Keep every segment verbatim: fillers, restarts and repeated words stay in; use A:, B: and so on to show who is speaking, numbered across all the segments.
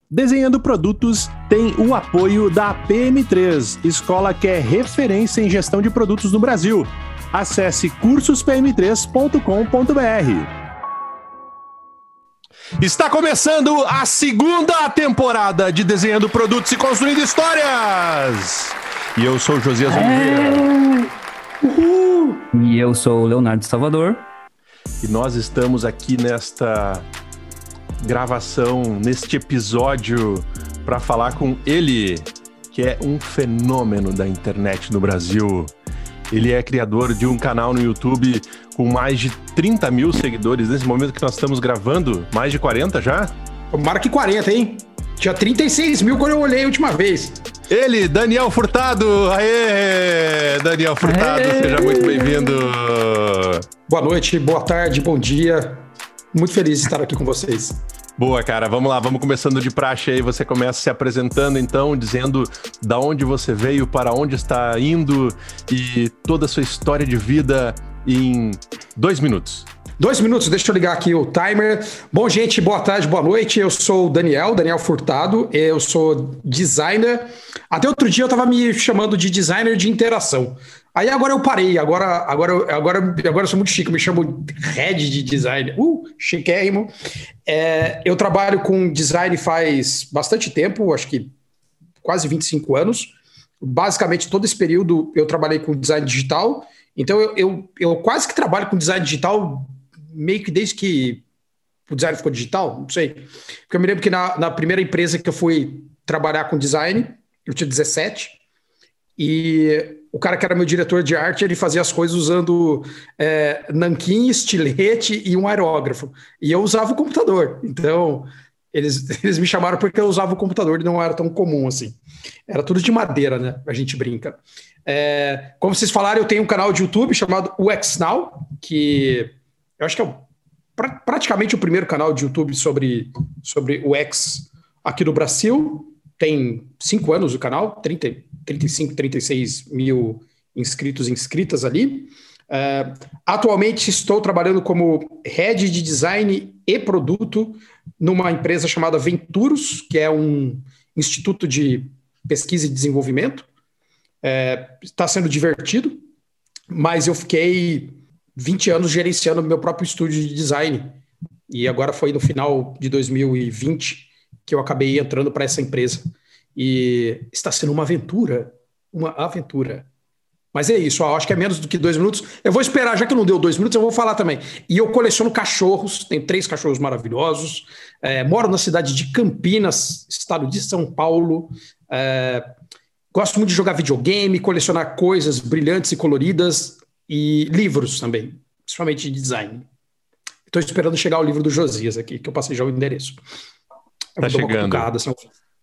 A: Desenhando Produtos tem o apoio da P M três, escola que é referência em gestão de produtos no Brasil. Acesse cursos p m três ponto com ponto b r. Está começando a segunda temporada de Desenhando Produtos e Construindo Histórias. E eu sou o Josias Oliveira.
B: Uhul. E eu sou o Leonardo Salvador.
A: E nós estamos aqui nesta gravação, neste episódio, para falar com ele, que é um fenômeno da internet no Brasil. Ele é criador de um canal no YouTube com mais de trinta mil seguidores. Nesse momento que nós estamos gravando, mais de quarenta já?
C: Marque quarenta, hein? Tinha trinta e seis mil quando eu olhei a última vez.
A: Ele, Daniel Furtado. Aê! Daniel Furtado, Aê! Seja muito bem-vindo.
C: Boa noite, boa tarde, bom dia. Muito feliz de estar aqui com vocês.
A: Boa, cara. Vamos lá, vamos começando de praxe aí. Você começa se apresentando, então, dizendo da onde você veio, para onde está indo e toda a sua história de vida em dois minutos.
C: Dois minutos, deixa eu ligar aqui o timer. Bom, gente, boa tarde, boa noite. Eu sou o Daniel, Daniel Furtado. Eu sou designer. Até outro dia eu estava me chamando de designer de interação. Aí agora eu parei, agora, agora, agora, agora eu sou muito chique, eu me chamo head de design. Uh, chiquérrimo. É, eu trabalho com design faz bastante tempo, acho que quase vinte e cinco anos. Basicamente, todo esse período eu trabalhei com design digital. Então, eu, eu, eu quase que trabalho com design digital meio que desde que o design ficou digital, não sei. Porque eu me lembro que na, na primeira empresa que eu fui trabalhar com design, eu tinha dezessete, e o cara que era meu diretor de arte, ele fazia as coisas usando é, nanquim, estilete e um aerógrafo. E eu usava o computador. Então, eles, eles me chamaram porque eu usava o computador e não era tão comum assim. Era tudo de madeira, né? A gente brinca. É, como vocês falaram, eu tenho um canal de YouTube chamado U X Now, que eu acho que é o, pra, praticamente o primeiro canal de YouTube sobre, sobre U X aqui no Brasil. Tem cinco anos o canal, trinta, trinta e cinco, trinta e seis mil inscritos e inscritas ali. Uh, atualmente estou trabalhando como head de design e produto numa empresa chamada Venturos, que é um instituto de pesquisa e desenvolvimento. Está uh, sendo divertido, mas eu fiquei vinte anos gerenciando meu próprio estúdio de design. E agora foi no final de dois mil e vinte que eu acabei entrando para essa empresa. E está sendo uma aventura, uma aventura. Mas é isso, ó, acho que é menos do que dois minutos. Eu vou esperar, já que não deu dois minutos, eu vou falar também. E eu coleciono cachorros, tenho três cachorros maravilhosos. É, moro na cidade de Campinas, estado de São Paulo. É, gosto muito de jogar videogame, colecionar coisas brilhantes e coloridas e livros também, principalmente de design. Estou esperando chegar o livro do Josias aqui, que eu passei já o endereço. Eu
A: tá chegando.
C: Cutucada, senão...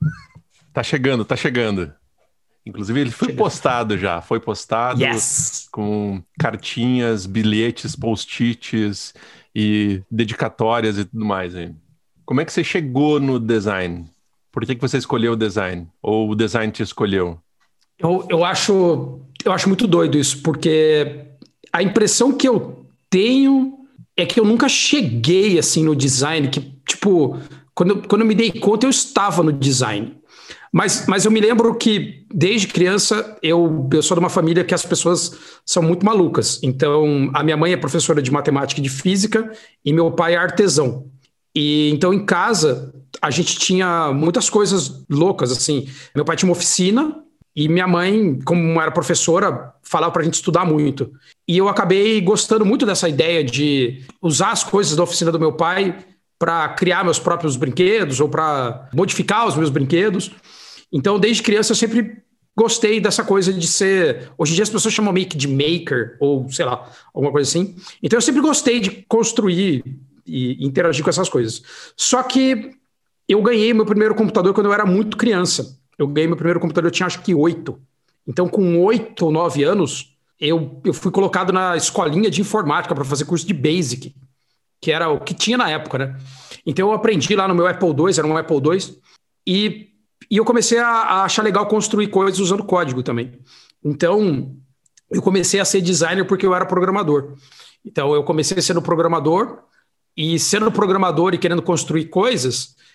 A: Tá chegando, tá chegando. Inclusive, ele foi chegando. postado já. Foi postado
C: yes.
A: com cartinhas, bilhetes, post-its e dedicatórias e tudo mais. Hein? Como é que você chegou no design? Por que, que você escolheu o design? Ou o design te escolheu?
C: Eu, eu, acho, eu acho muito doido isso, porque a impressão que eu tenho é que eu nunca cheguei assim no design, que tipo, quando eu, quando eu me dei conta, eu estava no design. Mas, mas eu me lembro que, desde criança, eu, eu sou de uma família que as pessoas são muito malucas. Então, a minha mãe é professora de matemática e de física e meu pai é artesão. E então, em casa, a gente tinha muitas coisas loucas, assim. Meu pai tinha uma oficina e minha mãe, como era professora, falava pra gente estudar muito. E eu acabei gostando muito dessa ideia de usar as coisas da oficina do meu pai para criar meus próprios brinquedos ou para modificar os meus brinquedos. Então, desde criança, eu sempre gostei dessa coisa de ser... Hoje em dia as pessoas chamam meio que de maker, ou sei lá, alguma coisa assim. Então, eu sempre gostei de construir e interagir com essas coisas. Só que eu ganhei meu primeiro computador quando eu era muito criança. Eu ganhei meu primeiro computador, eu tinha acho que oito. Então, com oito ou nove anos, eu, eu fui colocado na escolinha de informática para fazer curso de Basic, que era o que tinha na época, né? Então, eu aprendi lá no meu Apple dois, era um Apple dois, e... E eu comecei a, a achar legal construir coisas usando código também. Então, eu comecei a ser designer porque eu era programador. Então, eu comecei sendo programador, e sendo programador e querendo construir coisas,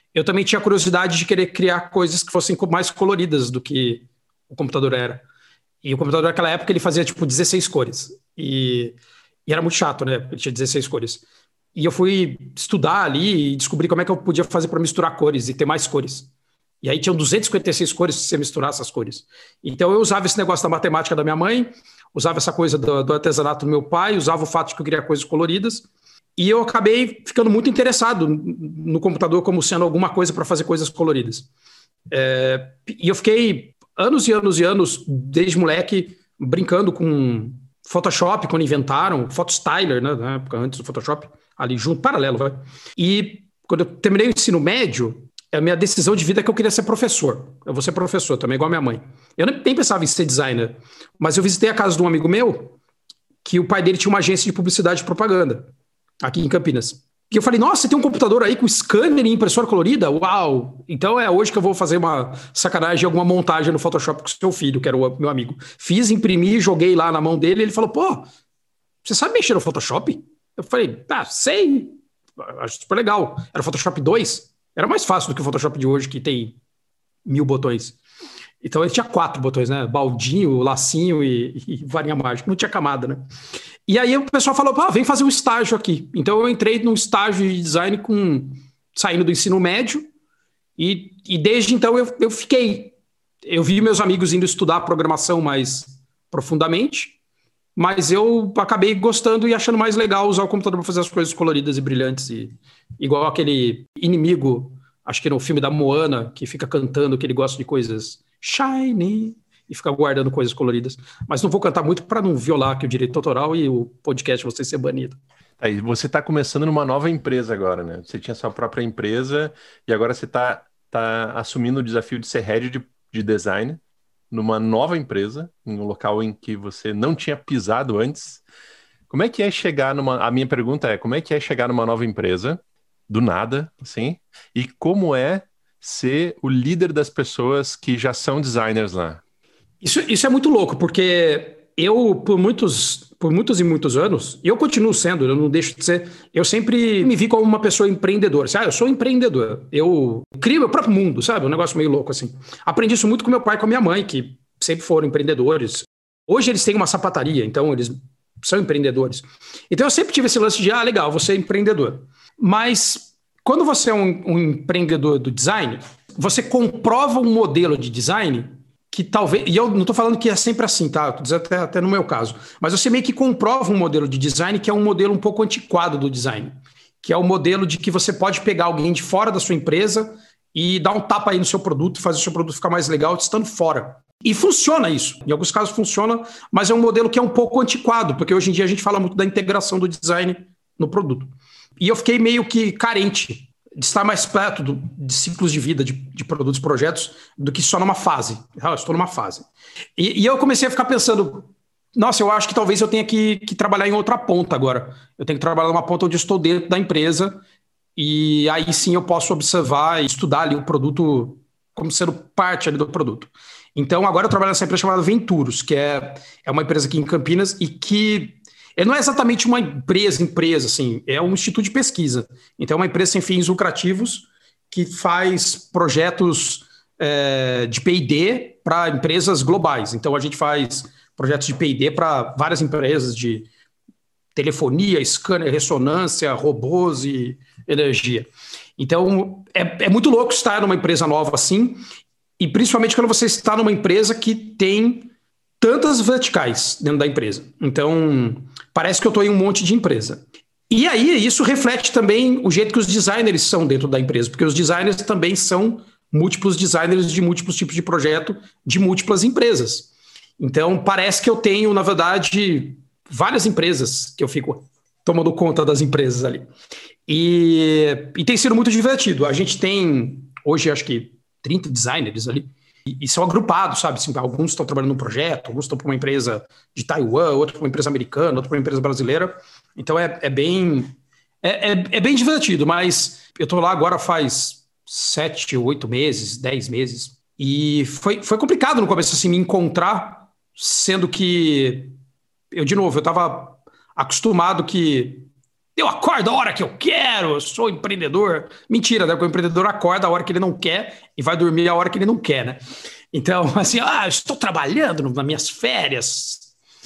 C: eu também tinha curiosidade de querer criar coisas que fossem mais coloridas do que o computador era. E o computador naquela época ele fazia tipo dezesseis cores. E, e era muito chato, né? Ele tinha dezesseis cores. E eu fui estudar ali e descobri como é que eu podia fazer para misturar cores e ter mais cores. E aí tinham duzentas e cinquenta e seis cores se você misturar essas cores. Então eu usava esse negócio da matemática da minha mãe, usava essa coisa do, do artesanato do meu pai, usava o fato de que eu queria coisas coloridas. E eu acabei ficando muito interessado no computador como sendo alguma coisa para fazer coisas coloridas. É, e eu fiquei anos e anos e anos, desde moleque, brincando com Photoshop, quando inventaram, Photostyler, né, na época antes do Photoshop, ali junto, paralelo, vai. E quando eu terminei o ensino médio, a minha decisão de vida é que eu queria ser professor. Eu vou ser professor também, igual a minha mãe. Eu nem, nem pensava em ser designer, mas eu visitei a casa de um amigo meu, que o pai dele tinha uma agência de publicidade e propaganda, aqui em Campinas. E eu falei, nossa, você tem um computador aí com scanner e impressora colorida? Uau! Então é hoje que eu vou fazer uma sacanagem, alguma montagem no Photoshop com o seu filho, que era o meu amigo. Fiz, imprimi, joguei lá na mão dele e ele falou, pô, você sabe mexer no Photoshop? Eu falei, ah, sei, acho super legal. Era o Photoshop dois, era mais fácil do que o Photoshop de hoje, que tem mil botões. Então ele tinha quatro botões, né? Baldinho, lacinho e, e varinha mágica. Não tinha camada, né? E aí o pessoal falou, ah, vem fazer um estágio aqui. Então eu entrei num estágio de design com, saindo do ensino médio e, e desde então eu, eu fiquei. Eu vi meus amigos indo estudar programação mais profundamente, mas eu acabei gostando e achando mais legal usar o computador para fazer as coisas coloridas e brilhantes. E, igual aquele inimigo, acho que no filme da Moana, que fica cantando que ele gosta de coisas shiny e ficar guardando coisas coloridas. Mas não vou cantar muito para não violar aqui o direito autoral e o podcast você ser banido.
A: Aí você está começando numa nova empresa agora, né? Você tinha sua própria empresa e agora você está tá assumindo o desafio de ser head de, de design numa nova empresa, em um local em que você não tinha pisado antes. Como é que é chegar numa... A minha pergunta é, como é que é chegar numa nova empresa, do nada, assim, e como é ser o líder das pessoas que já são designers lá?
C: Isso, isso é muito louco, porque eu, por muitos, por muitos e muitos anos, e eu continuo sendo, eu não deixo de ser, eu sempre me vi como uma pessoa empreendedora. Ah, eu sou empreendedor, eu crio meu próprio mundo, sabe? Um negócio meio louco, assim. Aprendi isso muito com meu pai e com a minha mãe, que sempre foram empreendedores. Hoje eles têm uma sapataria, então eles são empreendedores. Então eu sempre tive esse lance de, ah, legal, você é empreendedor. Mas quando você é um, um empreendedor do design, você comprova um modelo de design que talvez, e eu não estou falando que é sempre assim, tá? Estou dizendo até, até no meu caso, mas você meio que comprova um modelo de design que é um modelo um pouco antiquado do design, que é o modelo de que você pode pegar alguém de fora da sua empresa e dar um tapa aí no seu produto, fazer o seu produto ficar mais legal estando fora. E funciona isso, em alguns casos funciona, mas é um modelo que é um pouco antiquado, porque hoje em dia a gente fala muito da integração do design no produto. E eu fiquei meio que carente de estar mais perto do, de ciclos de vida de, de produtos e projetos do que só numa fase. Ah, eu estou numa fase. E, e eu comecei a ficar pensando, nossa, eu acho que talvez eu tenha que, que trabalhar em outra ponta agora. Eu tenho que trabalhar numa ponta onde eu estou dentro da empresa e aí sim eu posso observar e estudar ali o produto como sendo parte ali do produto. Então agora eu trabalho nessa empresa chamada Venturos, que é, é uma empresa aqui em Campinas e que não é exatamente uma empresa, empresa, assim, é um instituto de pesquisa. Então, é uma empresa sem fins lucrativos que faz projetos é, de P e D para empresas globais. Então, a gente faz projetos de P e D para várias empresas de telefonia, scanner, ressonância, robôs e energia. Então, é, é muito louco estar numa empresa nova assim, e principalmente quando você está numa empresa que tem tantas verticais dentro da empresa. Então, parece que eu estou em um monte de empresa. E aí, isso reflete também o jeito que os designers são dentro da empresa, porque os designers também são múltiplos designers de múltiplos tipos de projeto, de múltiplas empresas. Então, parece que eu tenho, na verdade, várias empresas que eu fico tomando conta das empresas ali. E, e tem sido muito divertido. A gente tem, hoje, acho que trinta designers ali, e são agrupados, sabe? Assim, alguns estão trabalhando num projeto, alguns estão para uma empresa de Taiwan, outro para uma empresa americana, outro para uma empresa brasileira. Então é, é bem é, é, é bem divertido, mas eu estou lá agora faz sete, oito meses, dez meses, e foi, foi complicado no começo assim, me encontrar, sendo que eu, de novo, eu estava acostumado que eu acordo a hora que eu quero, eu sou empreendedor. Mentira, né? Porque o empreendedor acorda a hora que ele não quer e vai dormir a hora que ele não quer, né? Então, assim, ah, eu estou trabalhando nas minhas férias.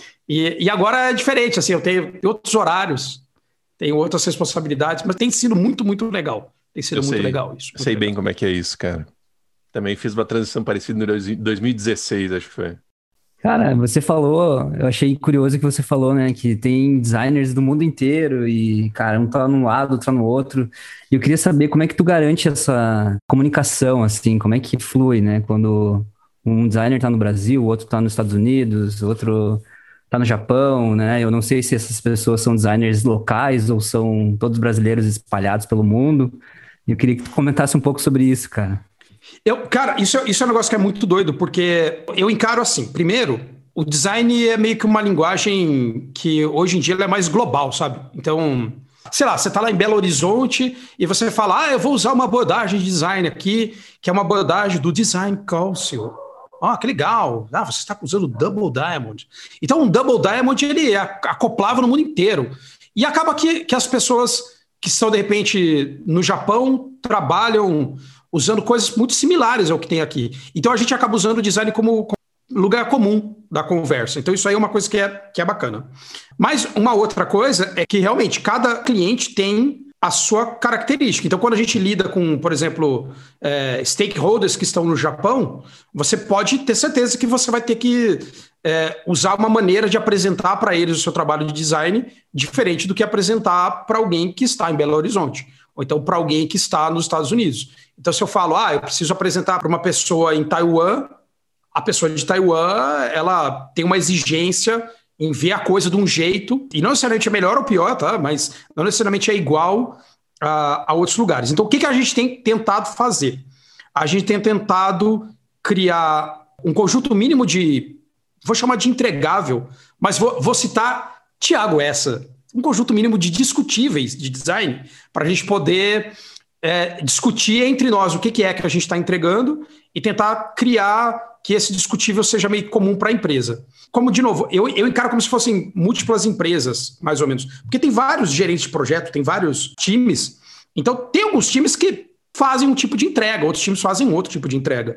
C: E, e agora é diferente, assim, eu tenho outros horários, tenho outras responsabilidades, mas tem sido muito, muito legal. Tem sido eu muito sei, legal isso.
A: Sei
C: legal.
A: bem como é que é isso, cara. Também fiz uma transição parecida em dois mil e dezesseis, acho que foi.
B: Cara, você falou, eu achei curioso que você falou, né, que tem designers do mundo inteiro e, cara, um tá num lado, outro tá no outro. E eu queria saber como é que tu garante essa comunicação, assim, como é que flui, né, quando um designer tá no Brasil, o outro tá nos Estados Unidos, o outro tá no Japão, né? Eu não sei se essas pessoas são designers locais ou são todos brasileiros espalhados pelo mundo. E eu queria que tu comentasse um pouco sobre isso, cara.
C: Eu, cara, isso, isso é um negócio que é muito doido, porque eu encaro assim, primeiro, o design é meio que uma linguagem que hoje em dia ela é mais global, sabe? Então, sei lá, você tá lá em Belo Horizonte e você fala, ah, eu vou usar uma abordagem de design aqui, que é uma abordagem do Design Council. Ah, que legal. Ah, você está usando o Double Diamond. Então, um Double Diamond, ele é acoplável no mundo inteiro. E acaba que, que as pessoas que estão, de repente, no Japão, trabalham usando coisas muito similares ao que tem aqui. Então, a gente acaba usando o design como, como lugar comum da conversa. Então, isso aí é uma coisa que é, que é bacana. Mas uma outra coisa é que, realmente, cada cliente tem a sua característica. Então, quando a gente lida com, por exemplo, é, stakeholders que estão no Japão, você pode ter certeza que você vai ter que é, usar uma maneira de apresentar para eles o seu trabalho de design diferente do que apresentar para alguém que está em Belo Horizonte, ou então para alguém que está nos Estados Unidos. Então, se eu falo, ah, eu preciso apresentar para uma pessoa em Taiwan, a pessoa de Taiwan, ela tem uma exigência em ver a coisa de um jeito, e não necessariamente é melhor ou pior, tá? Mas não necessariamente é igual a, a outros lugares. Então, o que, que a gente tem tentado fazer? A gente tem tentado criar um conjunto mínimo de, vou chamar de entregável, mas vou, vou citar Thiago essa, um conjunto mínimo de discutíveis de design, para a gente poder é, discutir entre nós o que, que é que a gente está entregando e tentar criar que esse discutível seja meio comum para a empresa. Como, de novo, eu, eu encaro como se fossem múltiplas empresas, mais ou menos. Porque tem vários gerentes de projeto, tem vários times. Então, tem alguns times que fazem um tipo de entrega, outros times fazem outro tipo de entrega.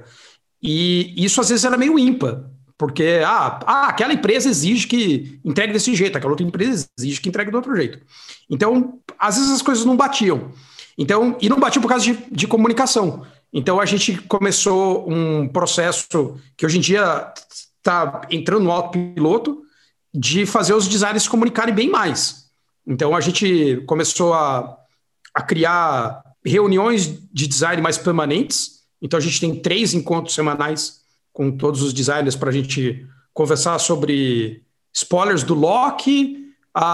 C: E isso, às vezes, era meio ímpar. Porque, ah, ah, aquela empresa exige que entregue desse jeito, aquela outra empresa exige que entregue do outro jeito. Então, às vezes, as coisas não batiam. Então, e não batiam por causa de, de comunicação. Então, a gente começou um processo que hoje em dia está entrando no autopiloto de fazer os designers se comunicarem bem mais. Então, a gente começou a, a criar reuniões de design mais permanentes. Então, a gente tem três encontros semanais com todos os designers para a gente conversar sobre spoilers do Loki,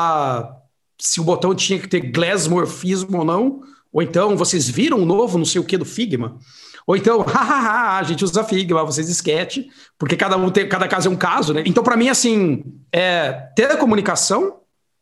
C: a, se o botão tinha que ter glassmorfismo ou não, ou então, vocês viram o novo não sei o que do Figma? Ou então, hahaha, a gente usa Figma, vocês esquete, porque cada, um tem, cada caso é um caso, né? Então, para mim, assim, é ter a comunicação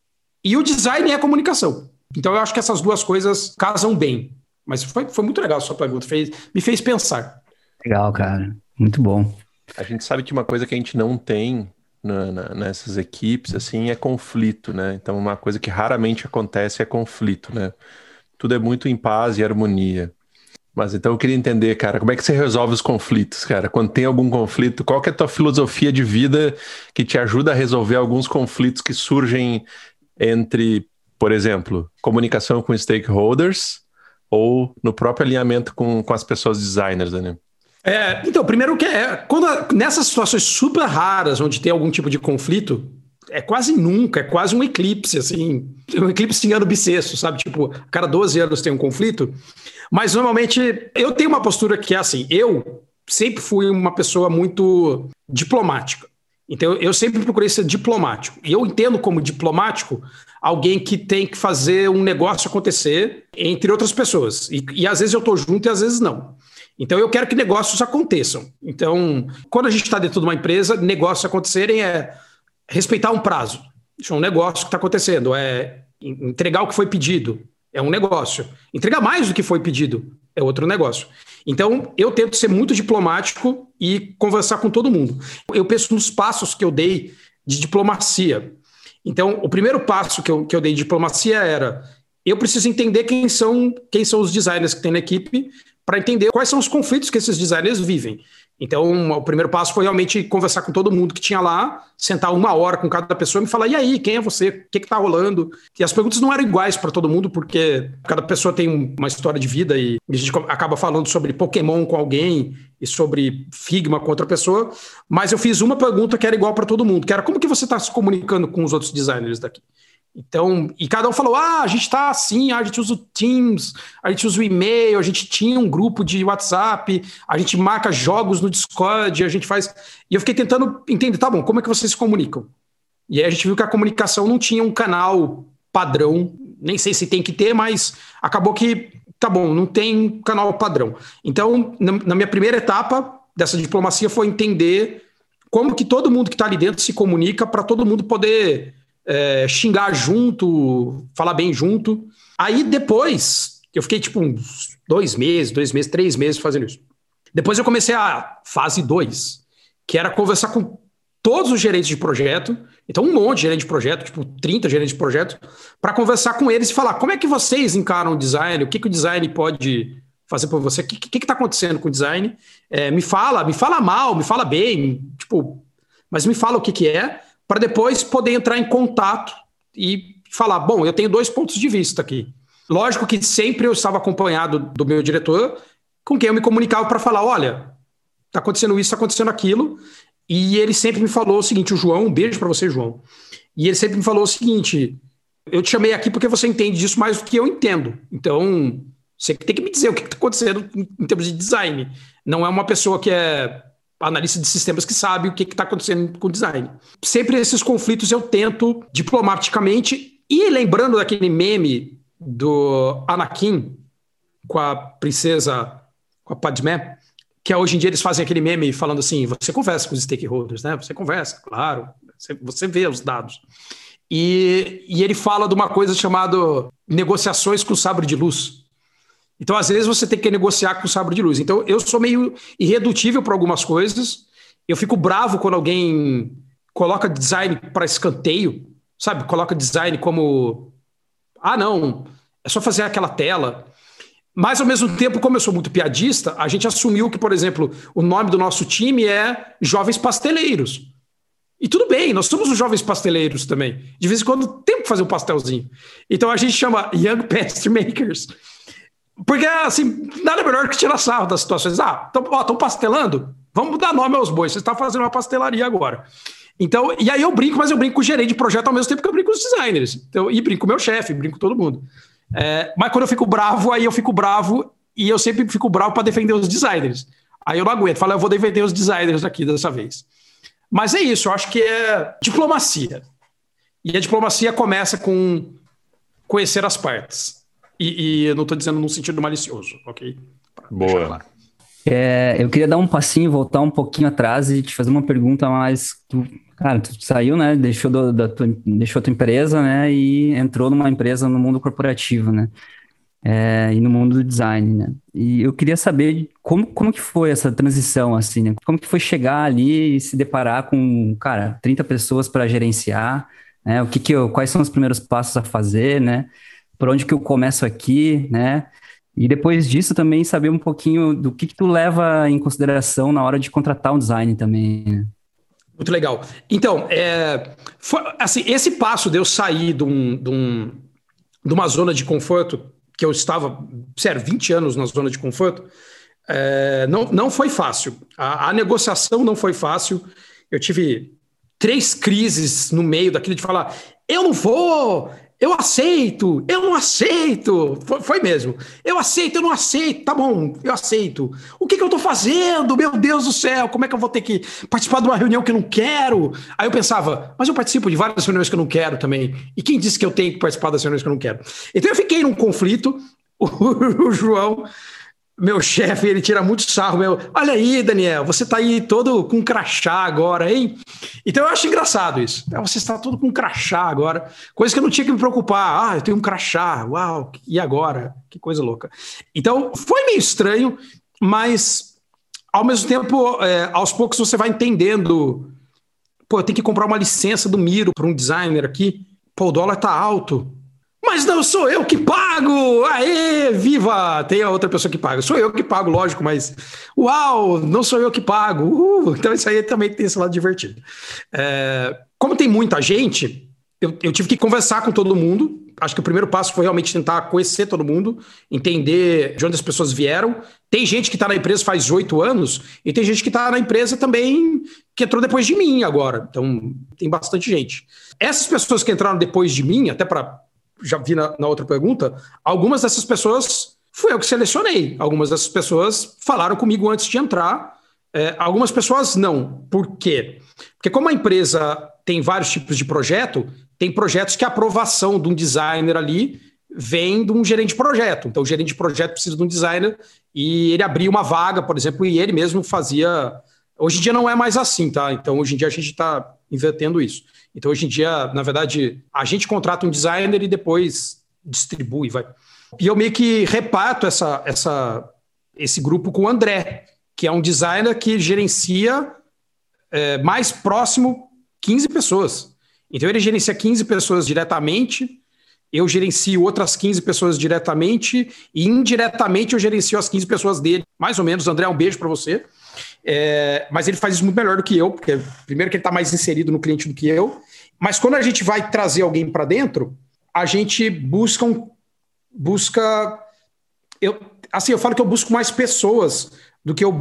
C: e o design é a comunicação. Então, eu acho que essas duas coisas casam bem. Mas foi, foi muito legal a sua pergunta, fez, me fez pensar.
B: Legal, cara. Muito bom.
A: A gente sabe que uma coisa que a gente não tem na, na, nessas equipes, assim, é conflito, né? Então, uma coisa que raramente acontece é conflito, né? Tudo é muito em paz e harmonia. Mas então eu queria entender, cara, como é que você resolve os conflitos, cara? Quando tem algum conflito, qual que é a tua filosofia de vida que te ajuda a resolver alguns conflitos que surgem entre, por exemplo, comunicação com stakeholders ou no próprio alinhamento com, com as pessoas designers, né?
C: É, então, primeiro que é, quando a, nessas situações super raras onde tem algum tipo de conflito, é quase nunca, é quase um eclipse, assim, um eclipse em ano bissexto, sabe? Tipo, a cada doze anos tem um conflito. Mas, normalmente, eu tenho uma postura que é assim, eu sempre fui uma pessoa muito diplomática. Então, eu sempre procurei ser diplomático. E eu entendo como diplomático alguém que tem que fazer um negócio acontecer entre outras pessoas. E, e às vezes eu estou junto e às vezes não. Então, eu quero que negócios aconteçam. Então, quando a gente está dentro de uma empresa, negócios acontecerem é respeitar um prazo. Isso é um negócio que está acontecendo. É entregar o que foi pedido. É um negócio. Entregar mais do que foi pedido é outro negócio. Então, eu tento ser muito diplomático e conversar com todo mundo. Eu penso nos passos que eu dei de diplomacia. Então, o primeiro passo que eu, que eu dei de diplomacia era, eu preciso entender quem são, quem são os designers que tem na equipe, para entender quais são os conflitos que esses designers vivem. Então, o primeiro passo foi realmente conversar com todo mundo que tinha lá, sentar uma hora com cada pessoa e me falar, e aí, quem é você? O que está rolando? E as perguntas não eram iguais para todo mundo, porque cada pessoa tem uma história de vida e a gente acaba falando sobre Pokémon com alguém e sobre Figma com outra pessoa, mas eu fiz uma pergunta que era igual para todo mundo, que era como que você está se comunicando com os outros designers daqui? Então, e cada um falou, ah, a gente tá assim, a gente usa o Teams, a gente usa o e-mail, a gente tinha um grupo de WhatsApp, a gente marca jogos no Discord, a gente faz... E eu fiquei tentando entender, tá bom, como é que vocês se comunicam? E aí a gente viu que a comunicação não tinha um canal padrão, nem sei se tem que ter, mas acabou que, tá bom, não tem canal padrão. Então, na minha primeira etapa dessa diplomacia foi entender como que todo mundo que tá ali dentro se comunica para todo mundo poder... É, xingar junto, falar bem junto. Aí depois, eu fiquei tipo uns dois meses, dois meses, três meses fazendo isso. Depois eu comecei a fase dois, que era conversar com todos os gerentes de projeto, então um monte de gerente de projeto, tipo trinta gerentes de projeto, para conversar com eles e falar como é que vocês encaram o design, o que, que o design pode fazer por você, o que que está acontecendo com o design, é, me fala, me fala mal, me fala bem, tipo, mas me fala o que que é, para depois poder entrar em contato e falar, bom, eu tenho dois pontos de vista aqui. Lógico que sempre eu estava acompanhado do meu diretor, com quem eu me comunicava para falar, olha, está acontecendo isso, está acontecendo aquilo, e ele sempre me falou o seguinte, o João, um beijo para você, João, e ele sempre me falou o seguinte, eu te chamei aqui porque você entende disso mais do que eu entendo, então você tem que me dizer o que está acontecendo em termos de design. Não é uma pessoa que é analista de sistemas que sabe o que está acontecendo com o design. Sempre esses conflitos eu tento diplomaticamente, e lembrando daquele meme do Anakin com a princesa, com a Padmé, que hoje em dia eles fazem aquele meme falando assim, você conversa com os stakeholders, né? Você conversa, claro, você, você vê os dados. E, e ele fala de uma coisa chamada negociações com sabre de luz. Então, às vezes, você tem que negociar com o sabre de luz. Então, eu sou meio irredutível para algumas coisas. Eu fico bravo quando alguém coloca design para escanteio, sabe? Coloca design como... Ah, não, é só fazer aquela tela. Mas, ao mesmo tempo, como eu sou muito piadista, a gente assumiu que, por exemplo, o nome do nosso time é Jovens Pasteleiros. E tudo bem, nós somos os Jovens Pasteleiros também. De vez em quando tem que fazer um pastelzinho. Então, a gente chama Young Pastry Makers. Porque, assim, nada melhor que tirar sarro das situações. Ah, estão pastelando? Vamos dar nome aos bois. Você está fazendo uma pastelaria agora. Então, e aí eu brinco, mas eu brinco com o gerente de projeto ao mesmo tempo que eu brinco com os designers. Então, e brinco com o meu chefe, brinco com todo mundo. É, mas quando eu fico bravo, aí eu fico bravo e eu sempre fico bravo para defender os designers. Aí eu não aguento. Falo, eu vou defender os designers aqui dessa vez. Mas é isso, eu acho que é diplomacia. E a diplomacia começa com conhecer as partes. E, e eu não estou dizendo num sentido malicioso, ok?
A: Boa. Claro.
B: É, eu queria dar um passinho, voltar um pouquinho atrás e te fazer uma pergunta mais... Tu, cara, tu saiu, né? Deixou, do, da tua, deixou a tua empresa, né? E entrou numa empresa no mundo corporativo, né? É, e no mundo do design, né? E eu queria saber como, como que foi essa transição, assim, né? Como que foi chegar ali e se deparar com, cara, trinta pessoas para gerenciar, né? O que que eu, quais são os primeiros passos a fazer, né? Por onde que eu começo aqui, né? E depois disso também saber um pouquinho do que que tu leva em consideração na hora de contratar um design também, né?
C: Muito legal. Então, é, foi, assim, esse passo de eu sair de, um, de, um, de uma zona de conforto, que eu estava, sério, vinte anos na zona de conforto, é, não, não foi fácil. A, a negociação não foi fácil. Eu tive três crises no meio daquilo de falar, eu não vou... Eu aceito, eu não aceito. Foi, foi mesmo. Eu aceito, eu não aceito. Tá bom, eu aceito. O que, que eu tô fazendo? Meu Deus do céu, como é que eu vou ter que participar de uma reunião que eu não quero? Aí eu pensava, mas eu participo de várias reuniões que eu não quero também. E quem disse que eu tenho que participar das reuniões que eu não quero? Então eu fiquei num conflito. O, o João, meu chefe, ele tira muito sarro. Meu, olha aí, Daniel, você tá aí todo com crachá agora, hein? Então eu acho engraçado isso. Você está todo com crachá agora. Coisa que eu não tinha que me preocupar. Ah, eu tenho um crachá. Uau, e agora? Que coisa louca. Então foi meio estranho, mas ao mesmo tempo, é, aos poucos você vai entendendo Pô, eu tenho que comprar uma licença do Miro para um designer aqui. Pô, o dólar tá alto. Mas não sou eu que pago! Aê, viva! Tem a outra pessoa que paga. Sou eu que pago, lógico, mas... Uau, não sou eu que pago! Uh, então isso aí também tem esse lado divertido. É, como tem muita gente, eu, eu tive que conversar com todo mundo. Acho que o primeiro passo foi realmente tentar conhecer todo mundo, entender de onde as pessoas vieram. Tem gente que está na empresa faz oito anos e tem gente que está na empresa também que entrou depois de mim agora. Então, tem bastante gente. Essas pessoas que entraram depois de mim, até para... já vi na, na outra pergunta, algumas dessas pessoas fui eu que selecionei. Algumas dessas pessoas falaram comigo antes de entrar. É, algumas pessoas não. Por quê? Porque como a empresa tem vários tipos de projeto, tem projetos que a aprovação de um designer ali vem de um gerente de projeto. Então o gerente de projeto precisa de um designer e ele abria uma vaga, por exemplo, e ele mesmo fazia... Hoje em dia não é mais assim, tá? Então hoje em dia a gente está invertendo isso. Então, hoje em dia, na verdade, a gente contrata um designer e depois distribui, vai. E eu meio que reparto essa, essa, esse grupo com o André, que é um designer que gerencia é, mais próximo quinze pessoas. Então, ele gerencia quinze pessoas diretamente, eu gerencio outras quinze pessoas diretamente e indiretamente eu gerencio as quinze pessoas dele. Mais ou menos, André, um beijo para você. É, mas ele faz isso muito melhor do que eu, porque primeiro que ele está mais inserido no cliente do que eu, mas quando a gente vai trazer alguém para dentro, a gente busca um, busca eu, assim, eu falo que eu busco mais pessoas do que eu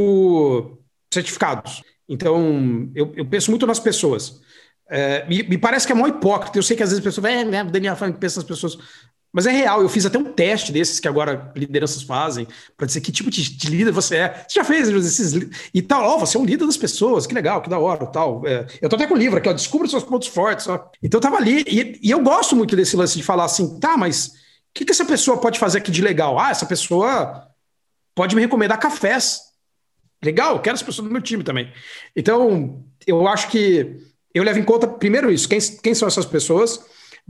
C: busco certificados. Então, eu, eu penso muito nas pessoas. É, me, me parece que é mó hipócrita. Eu sei que às vezes a pessoa vai, é, o Daniel fala que pensa nas pessoas. Mas é real, eu fiz até um teste desses que agora lideranças fazem, para dizer que tipo de, de líder você é. Você já fez esses e tal, ó, oh, você é um líder das pessoas, que legal, que da hora, tal. É, eu tô até com o livro aqui, ó, descubra os seus pontos fortes. Ó. Então eu tava ali, e, e eu gosto muito desse lance de falar assim, tá, mas o que, que essa pessoa pode fazer aqui de legal? Ah, essa pessoa pode me recomendar cafés. Legal, eu quero essa pessoa no meu time também. Então, eu acho que eu levo em conta, primeiro isso, quem, quem são essas pessoas.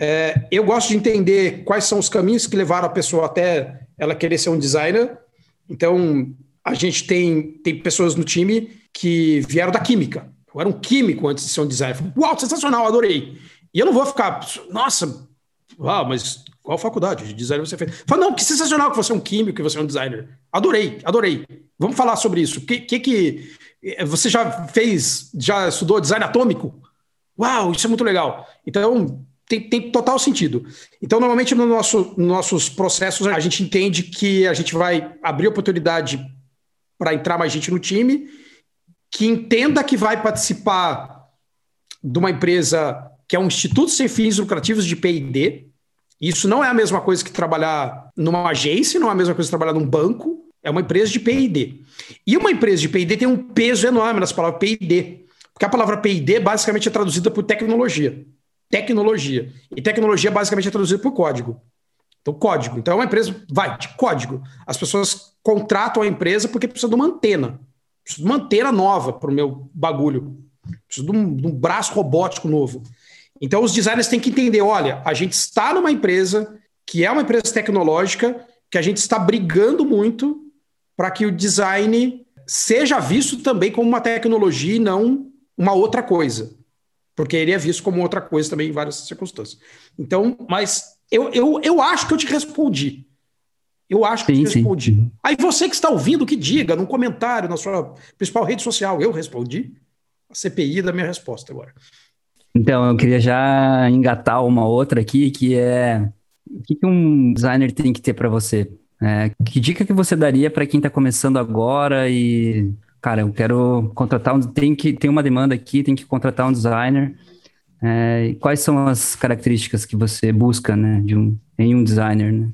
C: É, eu gosto de entender quais são os caminhos que levaram a pessoa até ela querer ser um designer. Então, a gente tem, tem pessoas no time que vieram da química. Eu era um químico antes de ser um designer. Uau, sensacional, adorei. E eu não vou ficar, nossa, uau, mas qual faculdade de design você fez? Fala, não, que sensacional que você é um químico, que você é um designer. Adorei, adorei. Vamos falar sobre isso. Que que, que você já fez, já estudou design atômico? Uau, isso é muito legal. Então, Tem, tem total sentido. Então, normalmente, no nosso, nos nossos processos, a gente entende que a gente vai abrir oportunidade para entrar mais gente no time, que entenda que vai participar de uma empresa que é um instituto sem fins lucrativos de P e D. Isso não é a mesma coisa que trabalhar numa agência, não é a mesma coisa que trabalhar num banco, é uma empresa de P e D. E uma empresa de P e D tem um peso enorme nas palavras P e D, porque a palavra P e D basicamente é traduzida por tecnologia. Tecnologia. E tecnologia basicamente é traduzida por código. Então, código. Então, é uma empresa, vai, de código. As pessoas contratam a empresa porque precisa de uma antena. Precisa de uma antena nova para o meu bagulho. Precisa de um, de um braço robótico novo. Então, os designers têm que entender, olha, a gente está numa empresa que é uma empresa tecnológica, que a gente está brigando muito para que o design seja visto também como uma tecnologia e não uma outra coisa. Porque ele é visto como outra coisa também em várias circunstâncias. Então, mas eu, eu, eu acho que eu te respondi. Eu acho que sim, eu te respondi. Sim. Aí você que está ouvindo, que diga num comentário na sua principal rede social. Eu respondi a C P I da minha resposta agora.
B: Então, eu queria já engatar uma outra aqui, que é... O que, que um designer tem que ter para você? É, que dica que você daria para quem está começando agora e... Cara, eu quero contratar um... Tem, que, tem uma demanda aqui, tem que contratar um designer. É, quais são as características que você busca, né, de um, em um designer, né?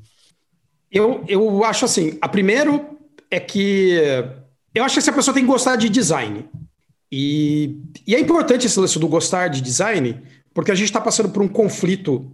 C: Eu, eu acho assim, a primeiro é que... Eu acho que essa pessoa tem que gostar de design. E, e é importante esse lance do gostar de design, porque a gente está passando por um conflito...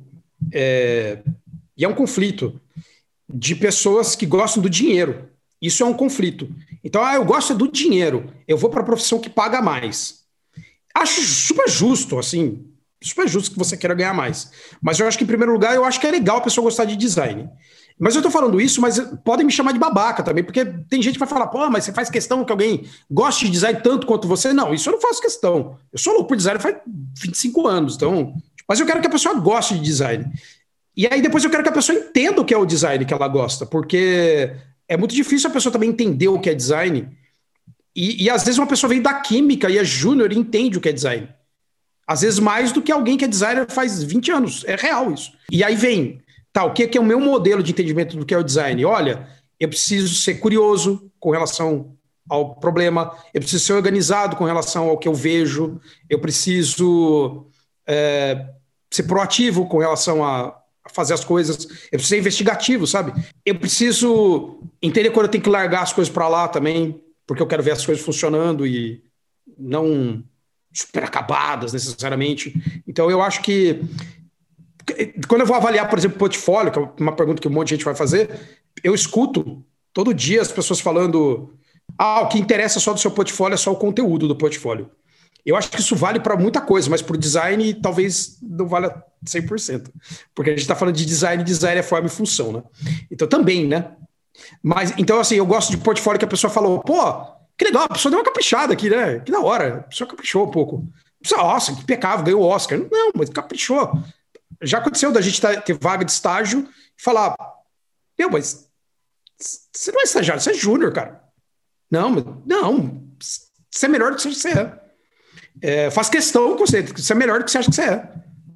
C: É, e é um conflito de pessoas que gostam do dinheiro. Isso é um conflito. Então, ah, eu gosto do dinheiro, eu vou para a profissão que paga mais. Acho super justo, assim, super justo que você queira ganhar mais. Mas eu acho que, em primeiro lugar, eu acho que é legal a pessoa gostar de design. Mas eu tô falando isso, mas podem me chamar de babaca também, porque tem gente que vai falar, pô, mas você faz questão que alguém goste de design tanto quanto você? Não, isso eu não faço questão. Eu sou louco por design faz vinte e cinco anos, então... Mas eu quero que a pessoa goste de design. E aí depois eu quero que a pessoa entenda o que é o design que ela gosta, porque é muito difícil a pessoa também entender o que é design. E, e às vezes uma pessoa vem da química e é júnior e entende o que é design. Às vezes mais do que alguém que é designer faz vinte anos. É real isso. E aí vem... Tá, o que é o meu modelo de entendimento do que é o design? Olha, eu preciso ser curioso com relação ao problema, eu preciso ser organizado com relação ao que eu vejo, eu preciso é, ser proativo com relação a fazer as coisas, eu preciso ser investigativo, sabe? Eu preciso entender quando eu tenho que largar as coisas para lá também, porque eu quero ver as coisas funcionando e não super acabadas necessariamente. Então eu acho que quando eu vou avaliar, por exemplo, portfólio, que é uma pergunta que um monte de gente vai fazer, eu escuto todo dia as pessoas falando ah, o que interessa só do seu portfólio é só o conteúdo do portfólio. Eu acho que isso vale para muita coisa, mas para o design talvez não valha cem por cento. Porque a gente está falando de design, design é forma e função, né? Então também, né? Mas, então assim, eu gosto de portfólio que a pessoa falou, pô, que legal, a pessoa deu uma caprichada aqui, né? Que da hora, a pessoa caprichou um pouco. A pessoa, nossa, que impecável, ganhou o Oscar. Não, mas caprichou. Já aconteceu da gente ter vaga de estágio e falar, meu, mas você não é estagiário, você é júnior, cara. Não, não, você é melhor do que você é. é faz questão que você, você é melhor do que você acha que você é.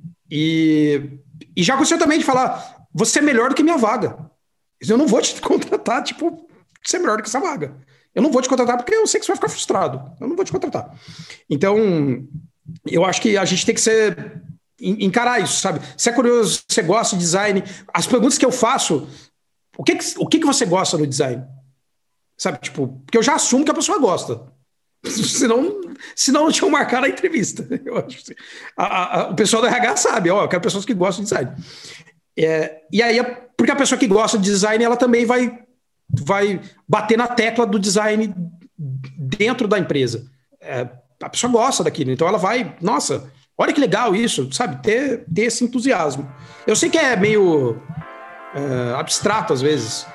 C: E, e já aconteceu também de falar, você é melhor do que minha vaga. Eu não vou te contratar, tipo, você é melhor do que essa vaga. Eu não vou te contratar porque eu sei que você vai ficar frustrado. Eu não vou te contratar. Então, eu acho que a gente tem que ser... encarar isso, sabe? Se é curioso, você gosta de design, as perguntas que eu faço, o que, o que você gosta no design? Sabe, tipo, porque eu já assumo que a pessoa gosta. senão, senão não tinham marcado a entrevista. Eu acho assim. a, a, o pessoal do R H sabe, ó, eu quero pessoas que gostam de design. É, e aí, porque a pessoa que gosta de design, ela também vai, vai bater na tecla do design dentro da empresa. É, a pessoa gosta daquilo, então ela vai, nossa... Olha que legal isso, sabe? Ter, ter esse entusiasmo. Eu sei que é meio é, abstrato às vezes,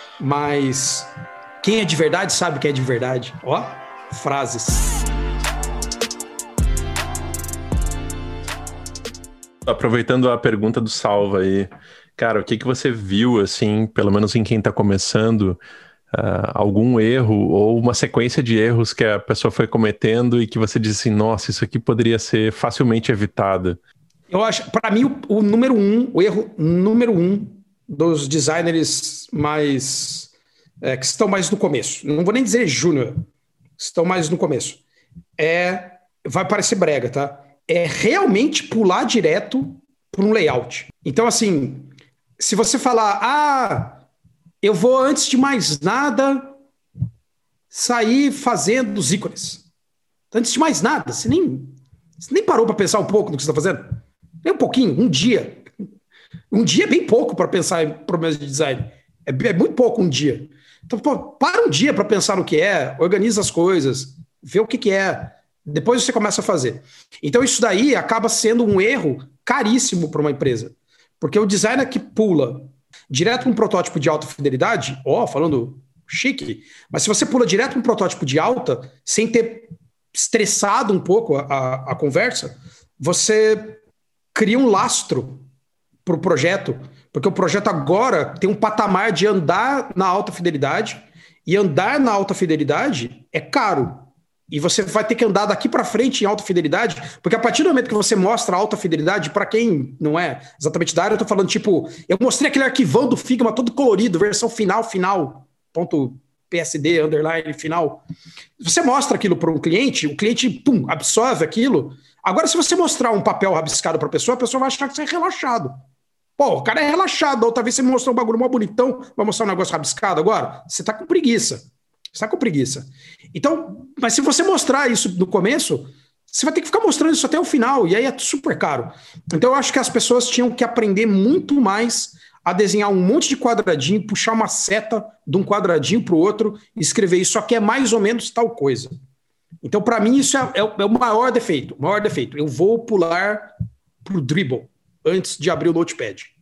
C: mas quem é de verdade sabe que é de verdade. Ó, frases.
A: Aproveitando a pergunta do Salva aí, cara, o que que você viu, assim, pelo menos em quem tá começando, uh, algum erro ou uma sequência de erros que a pessoa foi cometendo e que você disse assim, nossa, isso aqui poderia ser facilmente evitado?
C: Eu acho, para mim, o, o número um, o erro número um dos designers mais é, que estão mais no começo, não vou nem dizer júnior, estão mais no começo, é, vai parecer brega, tá? É realmente pular direto para um layout. Então, assim, se você falar, ah, eu vou, antes de mais nada, sair fazendo os ícones. Antes de mais nada, você nem, você nem parou para pensar um pouco no que você está fazendo? Nem um pouquinho, um dia. Um dia é bem pouco para pensar em problemas de design. É, é muito pouco um dia. Então, pô, para um dia para pensar no que é, organiza as coisas, vê o que, que é, depois você começa a fazer. Então isso daí acaba sendo um erro caríssimo para uma empresa. Porque o designer que pula direto para um protótipo de alta fidelidade, ó, falando chique, mas se você pula direto para um protótipo de alta, sem ter estressado um pouco a, a, a conversa, você cria um lastro para o projeto, porque o projeto agora tem um patamar de andar na alta fidelidade, e andar na alta fidelidade é caro. E você vai ter que andar daqui para frente em alta fidelidade, porque a partir do momento que você mostra alta fidelidade, para quem não é exatamente da área, eu tô falando, tipo, eu mostrei aquele arquivão do Figma todo colorido, versão final, final, ponto P S D, underline, final. Você mostra aquilo para um cliente, o cliente, pum, absorve aquilo. Agora, se você mostrar um papel rabiscado para a pessoa, a pessoa vai achar que você é relaxado. Pô, o cara é relaxado, outra vez você me mostrou um bagulho mó bonitão, vai mostrar um negócio rabiscado agora? Você tá com preguiça. Você está com preguiça. Então, mas se você mostrar isso no começo, você vai ter que ficar mostrando isso até o final, e aí é super caro. Então eu acho que as pessoas tinham que aprender muito mais a desenhar um monte de quadradinho, puxar uma seta de um quadradinho para o outro e escrever isso aqui é mais ou menos tal coisa. Então, para mim, isso é, é, é o maior defeito. O maior defeito. Eu vou pular para o dribble antes de abrir o Notepad.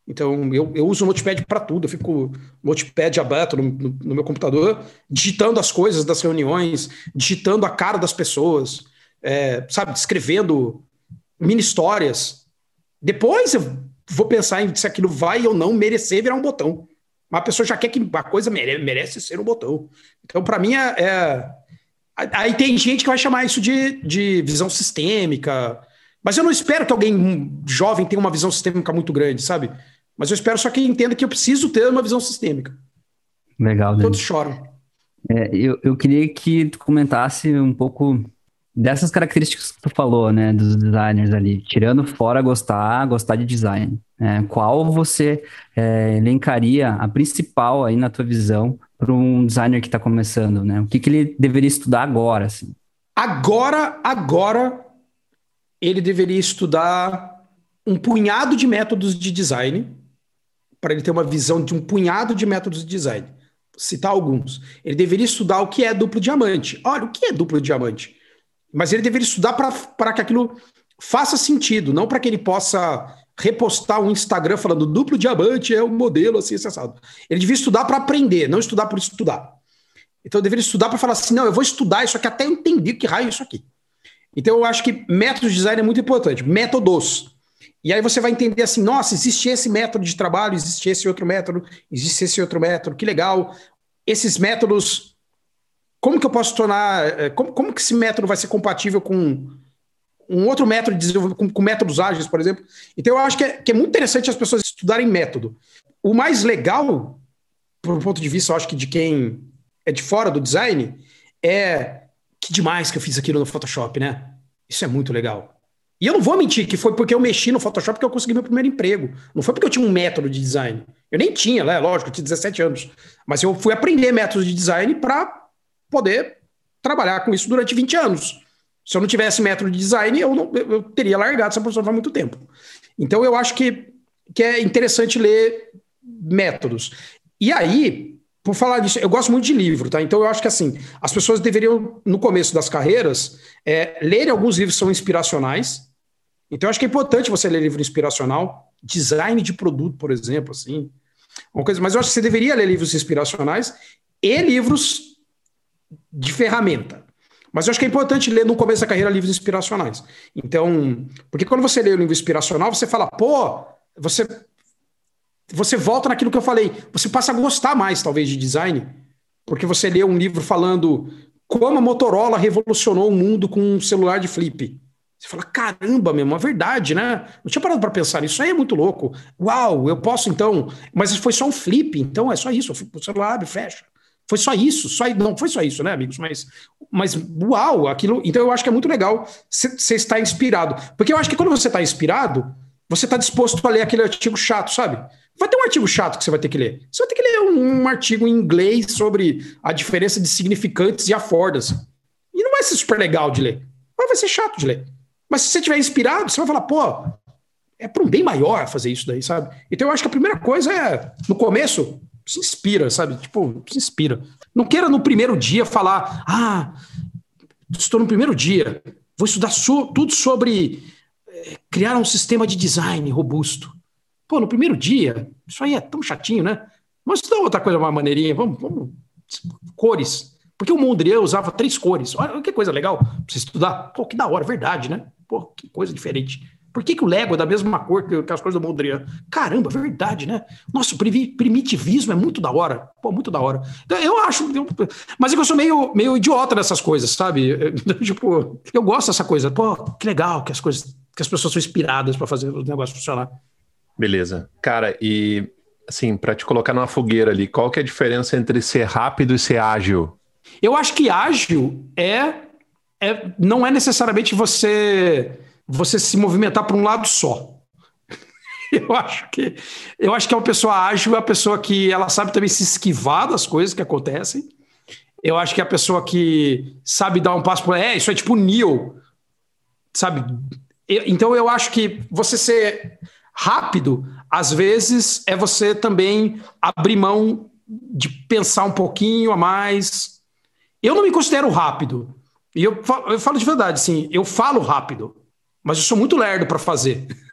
C: Então, eu, eu uso o Notepad para tudo. Eu fico Notepad aberto no, no, no meu computador, digitando as coisas das reuniões, digitando a cara das pessoas, é, sabe, escrevendo mini histórias. Depois eu vou pensar em se aquilo vai ou não merecer virar um botão. Mas a pessoa já quer que a coisa mere, merece ser um botão. Então, para mim, é, é... Aí tem gente que vai chamar isso de, de visão sistêmica. Mas eu não espero que alguém jovem tenha uma visão sistêmica muito grande, sabe? Mas eu espero só que entenda que eu preciso ter uma visão sistêmica.
B: Legal, Dani.
C: Todos choram.
B: É, eu, eu queria que tu comentasse um pouco dessas características que tu falou, né, dos designers ali, tirando fora gostar, gostar de design. É, qual você é, elencaria a principal aí na tua visão para um designer que está começando, né? O que, que ele deveria estudar agora, assim?
C: Agora, agora, ele deveria estudar um punhado de métodos de design para ele ter uma visão de um punhado de métodos de design. Vou citar alguns. Ele deveria estudar o que é duplo diamante. Olha, o que é duplo diamante? Mas ele deveria estudar para que aquilo faça sentido, não para que ele possa repostar um Instagram falando duplo diamante é um modelo assim, acessado. Ele devia estudar para aprender, não estudar por estudar. Então eu deveria estudar para falar assim, não, eu vou estudar isso aqui até eu entender que raio é isso aqui. Então eu acho que método de design é muito importante. Métodos. E aí você vai entender assim, nossa, existe esse método de trabalho, existe esse outro método, existe esse outro método, que legal. Esses métodos, como que eu posso tornar, como, como que esse método vai ser compatível com um outro método de desenvolvimento, com, com métodos ágeis, por exemplo. Então eu acho que é, que é muito interessante as pessoas estudarem método. O mais legal, por um ponto de vista, eu acho que de quem é de fora do design, é que demais que eu fiz aquilo no Photoshop, né? Isso é muito legal. E eu não vou mentir que foi porque eu mexi no Photoshop que eu consegui meu primeiro emprego. Não foi porque eu tinha um método de design. Eu nem tinha, né? Lógico, eu tinha dezessete anos. Mas eu fui aprender métodos de design para poder trabalhar com isso durante vinte anos. Se eu não tivesse método de design, eu, não, eu teria largado essa profissão há muito tempo. Então eu acho que, que é interessante ler métodos. E aí, por falar disso, eu gosto muito de livro, tá? Então eu acho que assim, as pessoas deveriam, no começo das carreiras, é, lerem alguns livros que são inspiracionais. Então eu acho que é importante você ler livro inspiracional, design de produto, por exemplo, assim, uma coisa. Mas eu acho que você deveria ler livros inspiracionais e livros de ferramenta. Mas eu acho que é importante ler no começo da carreira livros inspiracionais. Então, porque quando você lê o livro inspiracional, você fala, pô, você, você volta naquilo que eu falei, você passa a gostar mais, talvez, de design, porque você lê um livro falando como a Motorola revolucionou o mundo com um celular de flip. Você fala, caramba, mesmo, é verdade, né? Não tinha parado para pensar nisso, aí é muito louco. Uau, eu posso então... Mas foi só um flip, então é só isso, o celular abre e fecha. Foi só isso, só, não foi só isso, né, amigos? Mas, mas uau, aquilo... Então eu acho que é muito legal você estar inspirado. Porque eu acho que quando você está inspirado, você está disposto a ler aquele artigo chato, sabe? Vai ter um artigo chato que você vai ter que ler. Você vai ter que ler um, um artigo em inglês sobre a diferença de significantes e afordas. E não vai ser super legal de ler. Mas vai ser chato de ler. Mas se você estiver inspirado, você vai falar, pô, é para um bem maior fazer isso daí, sabe? Então eu acho que a primeira coisa é, no começo, se inspira, sabe? Tipo, se inspira. Não queira no primeiro dia falar, ah, estou no primeiro dia, vou estudar so, tudo sobre é, criar um sistema de design robusto. Pô, no primeiro dia, isso aí é tão chatinho, né? Vamos estudar outra coisa, uma maneirinha, vamos, vamos cores. Porque o Mondrian usava três cores. Olha que coisa legal pra você estudar. Pô, que da hora, verdade, né? Pô, que coisa diferente. Por que, que o Lego é da mesma cor que, que as coisas do Mondrian? Caramba, verdade, né? Nossa, o primitivismo é muito da hora. Pô, muito da hora. Então, eu acho... Eu, mas é que eu sou meio, meio idiota nessas coisas, sabe? Eu, tipo, eu gosto dessa coisa. Pô, que legal que as coisas... Que as pessoas são inspiradas para fazer o negócio funcionar.
A: Beleza. Cara, e... Assim, para te colocar numa fogueira ali, qual que é a diferença entre ser rápido e ser ágil?
C: Eu acho que ágil é, é não é necessariamente você você se movimentar para um lado só. Eu acho que eu acho que uma pessoa ágil é a pessoa que ela sabe também se esquivar das coisas que acontecem. Eu acho que é a pessoa que sabe dar um passo para é isso é tipo Neo, sabe? Eu, então eu acho que você ser rápido às vezes é você também abrir mão de pensar um pouquinho a mais. Eu não me considero rápido. E eu falo, eu falo de verdade, sim. Eu falo rápido, mas eu sou muito lerdo para fazer.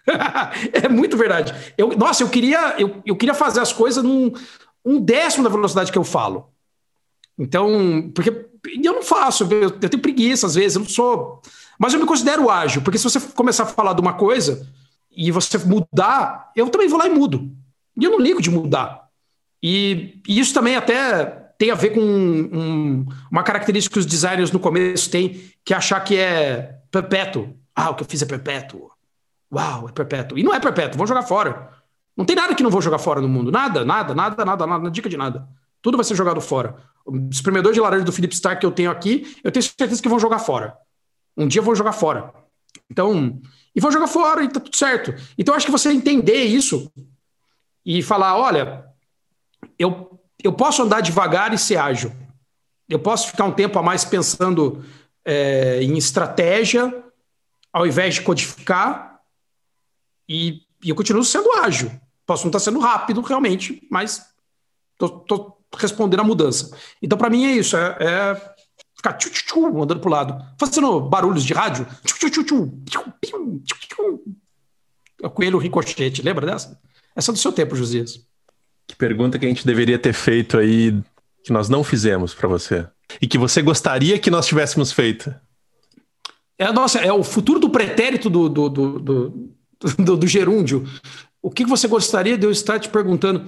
C: É muito verdade. Eu, nossa, eu queria, eu, eu queria fazer as coisas num um décimo da velocidade que eu falo. Então, porque eu não faço, eu, eu tenho preguiça às vezes, eu não sou... Mas eu me considero ágil, porque se você começar a falar de uma coisa e você mudar, eu também vou lá e mudo. E eu não ligo de mudar. E, e isso também até tem a ver com um, uma característica que os designers no começo têm, que é achar que é perpétuo. Ah, o que eu fiz é perpétuo. Uau, é perpétuo. E não é perpétuo, vão jogar fora. Não tem nada que não vou jogar fora no mundo. Nada, nada, nada, nada, nada, dica de nada. Tudo vai ser jogado fora. O espremedor de laranja do Philip Stark que eu tenho aqui, eu tenho certeza que vão jogar fora. Um dia vão jogar fora. Então, e vão jogar fora e tá tudo certo. Então, eu acho que você entender isso e falar, olha, eu, eu posso andar devagar e ser ágil. Eu posso ficar um tempo a mais pensando é, em estratégia, ao invés de codificar, e, e eu continuo sendo ágil. Posso não estar sendo rápido, realmente, mas estou respondendo à mudança. Então, para mim, é isso. É, é ficar tchu, tchu, tchu, andando para o lado. Fazendo barulhos de rádio. Tchu, tchu, tchu, tchu, tchu, tchu, tchu, tchu. É o coelho ricochete. Lembra dessa? Essa é do seu tempo, Josias.
A: Que pergunta que a gente deveria ter feito aí, que nós não fizemos para você. E que você gostaria que nós tivéssemos feito.
C: É, nossa, é o futuro do pretérito do, do, do, do, do, do gerúndio. O que você gostaria de eu estar te perguntando?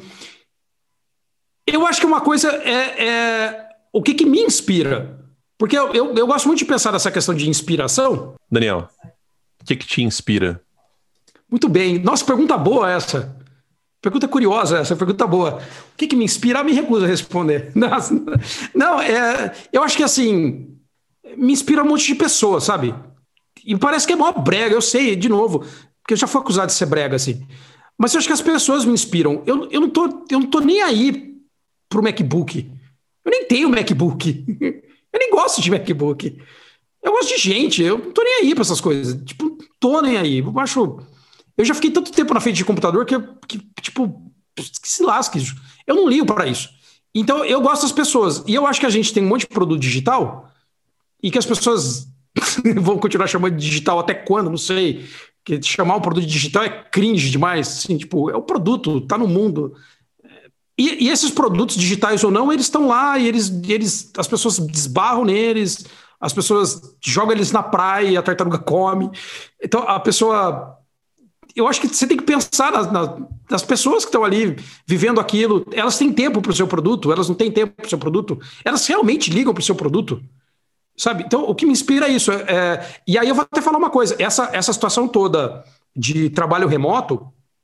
C: Eu acho que uma coisa é, é o que, que me inspira. Porque eu, eu, eu gosto muito de pensar nessa questão de inspiração.
A: Daniel, o que, que te inspira?
C: Muito bem. Nossa, pergunta boa essa. Pergunta curiosa essa, pergunta boa. O que, que me inspira? Eu me recuso a responder. Nossa, não, é, eu acho que assim, me inspira um monte de pessoas, sabe? E parece que é mó brega, eu sei, de novo, porque eu já fui acusado de ser brega, assim. Mas eu acho que as pessoas me inspiram. Eu, eu, não, tô, eu não tô nem aí pro MacBook. Eu nem tenho MacBook. Eu nem gosto de MacBook. Eu gosto de gente, eu não tô nem aí pra essas coisas. Tipo, não tô nem aí. Eu acho... Eu já fiquei tanto tempo na frente de computador que, que tipo, que se lasque. Eu não ligo para isso. Então, eu gosto das pessoas. E eu acho que a gente tem um monte de produto digital e que as pessoas vão continuar chamando de digital até quando, não sei. Que chamar um produto digital é cringe demais. Assim, tipo, é o produto, tá no mundo. E, e esses produtos digitais ou não, eles estão lá e eles, eles, as pessoas desbarram neles, as pessoas jogam eles na praia e a tartaruga come. Então, a pessoa... Eu acho que você tem que pensar nas, nas, nas pessoas que estão ali vivendo aquilo. Elas têm tempo para o seu produto, elas não têm tempo para o seu produto. Elas realmente ligam para o seu produto, sabe? Então, o que me inspira é isso. É, e aí eu vou até falar uma coisa. Essa, essa situação toda de trabalho remoto,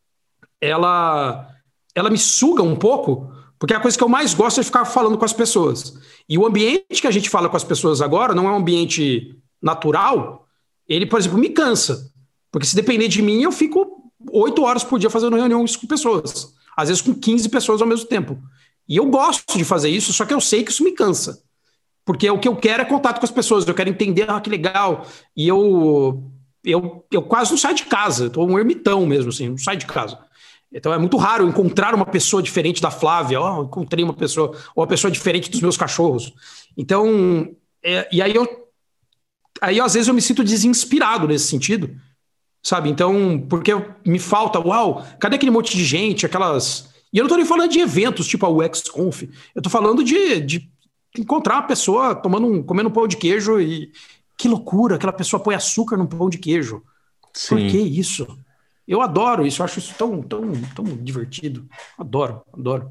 C: ela, ela me suga um pouco, porque a coisa que eu mais gosto é ficar falando com as pessoas. E o ambiente que a gente fala com as pessoas agora não é um ambiente natural. Ele, por exemplo, me cansa. Porque se depender de mim, eu fico oito horas por dia fazendo reuniões com pessoas. Às vezes com quinze pessoas ao mesmo tempo. E eu gosto de fazer isso, só que eu sei que isso me cansa. Porque o que eu quero é contato com as pessoas. Eu quero entender, ah, que legal. E eu, eu, eu quase não saio de casa. Estou um ermitão mesmo, assim, não saio de casa. Então é muito raro encontrar uma pessoa diferente da Flávia. Ó, oh, encontrei uma pessoa, ou uma pessoa diferente dos meus cachorros. Então, é, e aí eu, aí às vezes eu me sinto desinspirado nesse sentido. Sabe? Então, porque me falta, uau, cadê aquele monte de gente, aquelas... E eu não tô nem falando de eventos, tipo a U X Conf. Eu tô falando de, de encontrar uma pessoa tomando um, comendo um pão de queijo e... Que loucura, aquela pessoa põe açúcar num pão de queijo. Sim. Por que isso? Eu adoro isso, eu acho isso tão, tão, tão divertido. Adoro, adoro.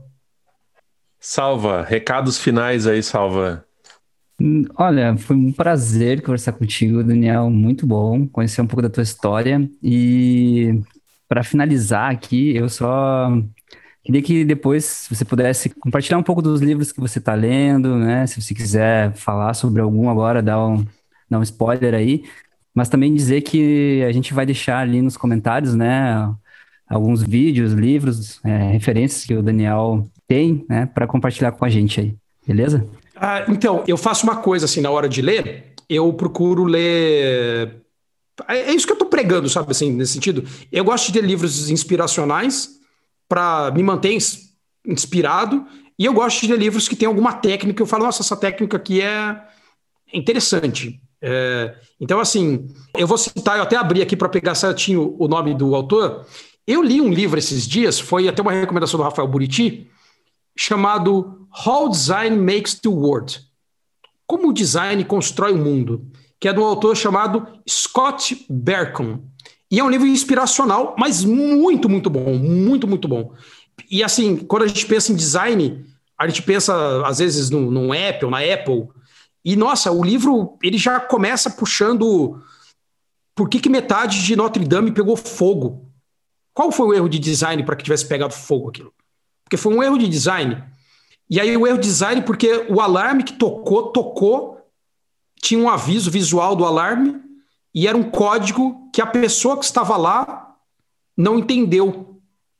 A: Salva, recados finais aí, Salva.
B: Olha, foi um prazer conversar contigo, Daniel, muito bom conhecer um pouco da tua história e para finalizar aqui, eu só queria que depois você pudesse compartilhar um pouco dos livros que você está lendo, né? Se você quiser falar sobre algum agora, dá um, dá um spoiler aí, mas também dizer que a gente vai deixar ali nos comentários, né, alguns vídeos, livros, é, referências que o Daniel tem, né, para compartilhar com a gente aí, beleza?
C: Ah, então, eu faço uma coisa assim, na hora de ler, eu procuro ler... É isso que eu tô pregando, sabe, assim, nesse sentido. Eu gosto de ler livros inspiracionais para me manter inspirado, e eu gosto de ler livros que tem alguma técnica, eu falo, nossa, essa técnica aqui é interessante. É, então, assim, eu vou citar, eu até abri aqui para pegar certinho o nome do autor. Eu li um livro esses dias, foi até uma recomendação do Rafael Buriti, chamado How Design Makes the World. Como o design constrói o mundo, que é de um autor chamado Scott Berkun. E é um livro inspiracional, mas muito, muito bom, muito, muito bom. E assim, quando a gente pensa em design, a gente pensa, às vezes, no, no Apple, na Apple, e, nossa, o livro, ele já começa puxando por que, que metade de Notre Dame pegou fogo. Qual foi o erro de design para que tivesse pegado fogo aquilo? Porque foi um erro de design. E aí o erro de design porque o alarme que tocou, tocou, tinha um aviso visual do alarme e era um código que a pessoa que estava lá não entendeu.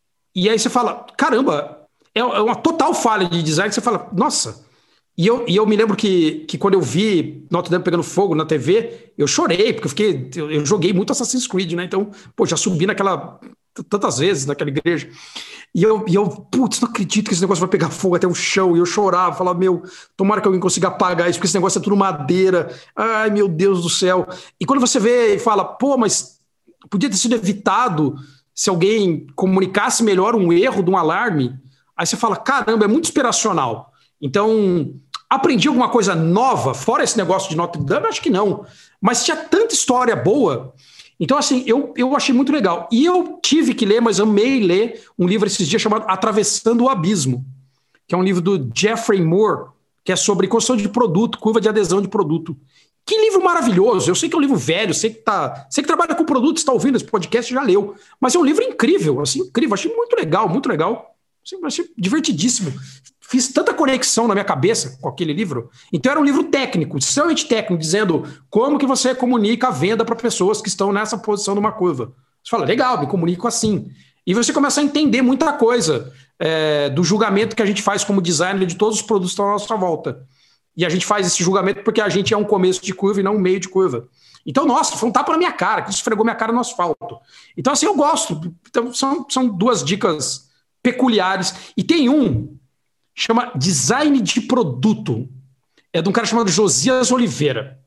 C: E aí você fala, caramba, é uma total falha de design. Você fala, nossa... E eu, e eu me lembro que, que quando eu vi Notre Dame pegando fogo na T V, eu chorei, porque eu fiquei. Eu, eu joguei muito Assassin's Creed, né? Então, pô, já subi naquela. Tantas vezes naquela igreja. E eu, e eu, putz, não acredito que esse negócio vai pegar fogo até o chão. E eu chorava, falava, meu, tomara que alguém consiga apagar isso, porque esse negócio é tudo madeira. Ai, meu Deus do céu. E quando você vê e fala, pô, mas podia ter sido evitado se alguém comunicasse melhor um erro de um alarme. Aí você fala, caramba, é muito inspiracional. Então, aprendi alguma coisa nova, fora esse negócio de Notre Dame? Acho que não. Mas tinha tanta história boa. Então, assim, eu, eu achei muito legal. E eu tive que ler, mas amei ler um livro esses dias chamado Atravessando o Abismo, que é um livro do Jeffrey Moore, que é sobre construção de produto, curva de adesão de produto. Que livro maravilhoso. Eu sei que é um livro velho, sei que, tá, sei que trabalha com produto, está ouvindo esse podcast, já leu. Mas é um livro incrível, assim, incrível. Achei muito legal, muito legal. Assim, achei divertidíssimo. Fiz tanta conexão na minha cabeça com aquele livro. Então era um livro técnico, extremamente técnico, dizendo como que você comunica a venda para pessoas que estão nessa posição numa curva. Você fala, legal, me comunico assim. E você começa a entender muita coisa é, do julgamento que a gente faz como designer de todos os produtos que estão à nossa volta. E a gente faz esse julgamento porque a gente é um começo de curva e não um meio de curva. Então, nossa, foi um tapa na minha cara, que esfregou minha cara no asfalto. Então, assim, eu gosto. Então, são, são duas dicas peculiares. E tem um... chama Design de Produto. É de um cara chamado Josias Oliveira.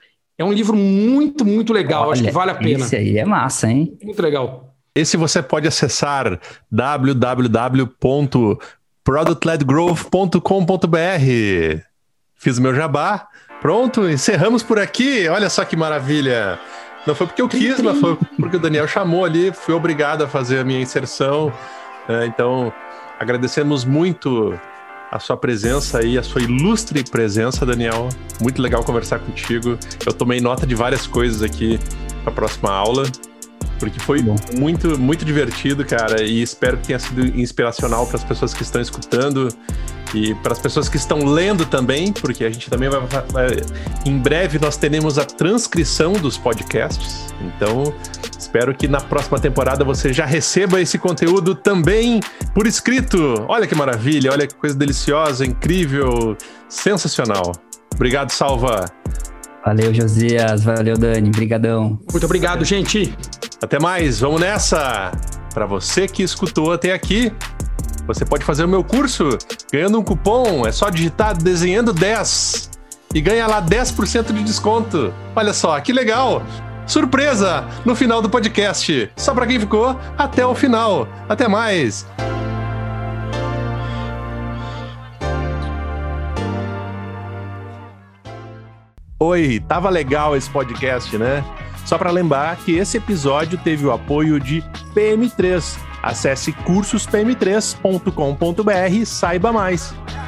C: É um livro muito, muito legal. Olha, acho que vale a pena.
B: Esse aí é massa, hein?
C: Muito legal.
A: Esse você pode acessar w w w ponto product led growth ponto com ponto b r. Fiz o meu jabá. Pronto, encerramos por aqui. Olha só que maravilha. Não foi porque eu quis, mas foi porque o Daniel chamou ali. Fui obrigado a fazer a minha inserção. Então, agradecemos muito a sua presença aí, a sua ilustre presença, Daniel. Muito legal conversar contigo. Eu tomei nota de várias coisas aqui para a próxima aula, porque foi muito, muito divertido, cara, e espero que tenha sido inspiracional para as pessoas que estão escutando e para as pessoas que estão lendo também, porque a gente também vai, vai... Em breve nós teremos a transcrição dos podcasts, então espero que na próxima temporada você já receba esse conteúdo também por escrito. Olha que maravilha, olha que coisa deliciosa, incrível, sensacional. Obrigado, Salva.
B: Valeu, Josias. Valeu, Dani. Brigadão.
C: Muito obrigado, gente.
A: Até mais. Vamos nessa. Para você que escutou até aqui, você pode fazer o meu curso ganhando um cupom. É só digitar desenhando dez e ganha lá dez por cento de desconto. Olha só, que legal. Surpresa no final do podcast. Só para quem ficou até o final. Até mais. Oi, tava legal esse podcast, né? Só para lembrar que esse episódio teve o apoio de P M três. Acesse cursos p m três ponto com ponto b r e saiba mais.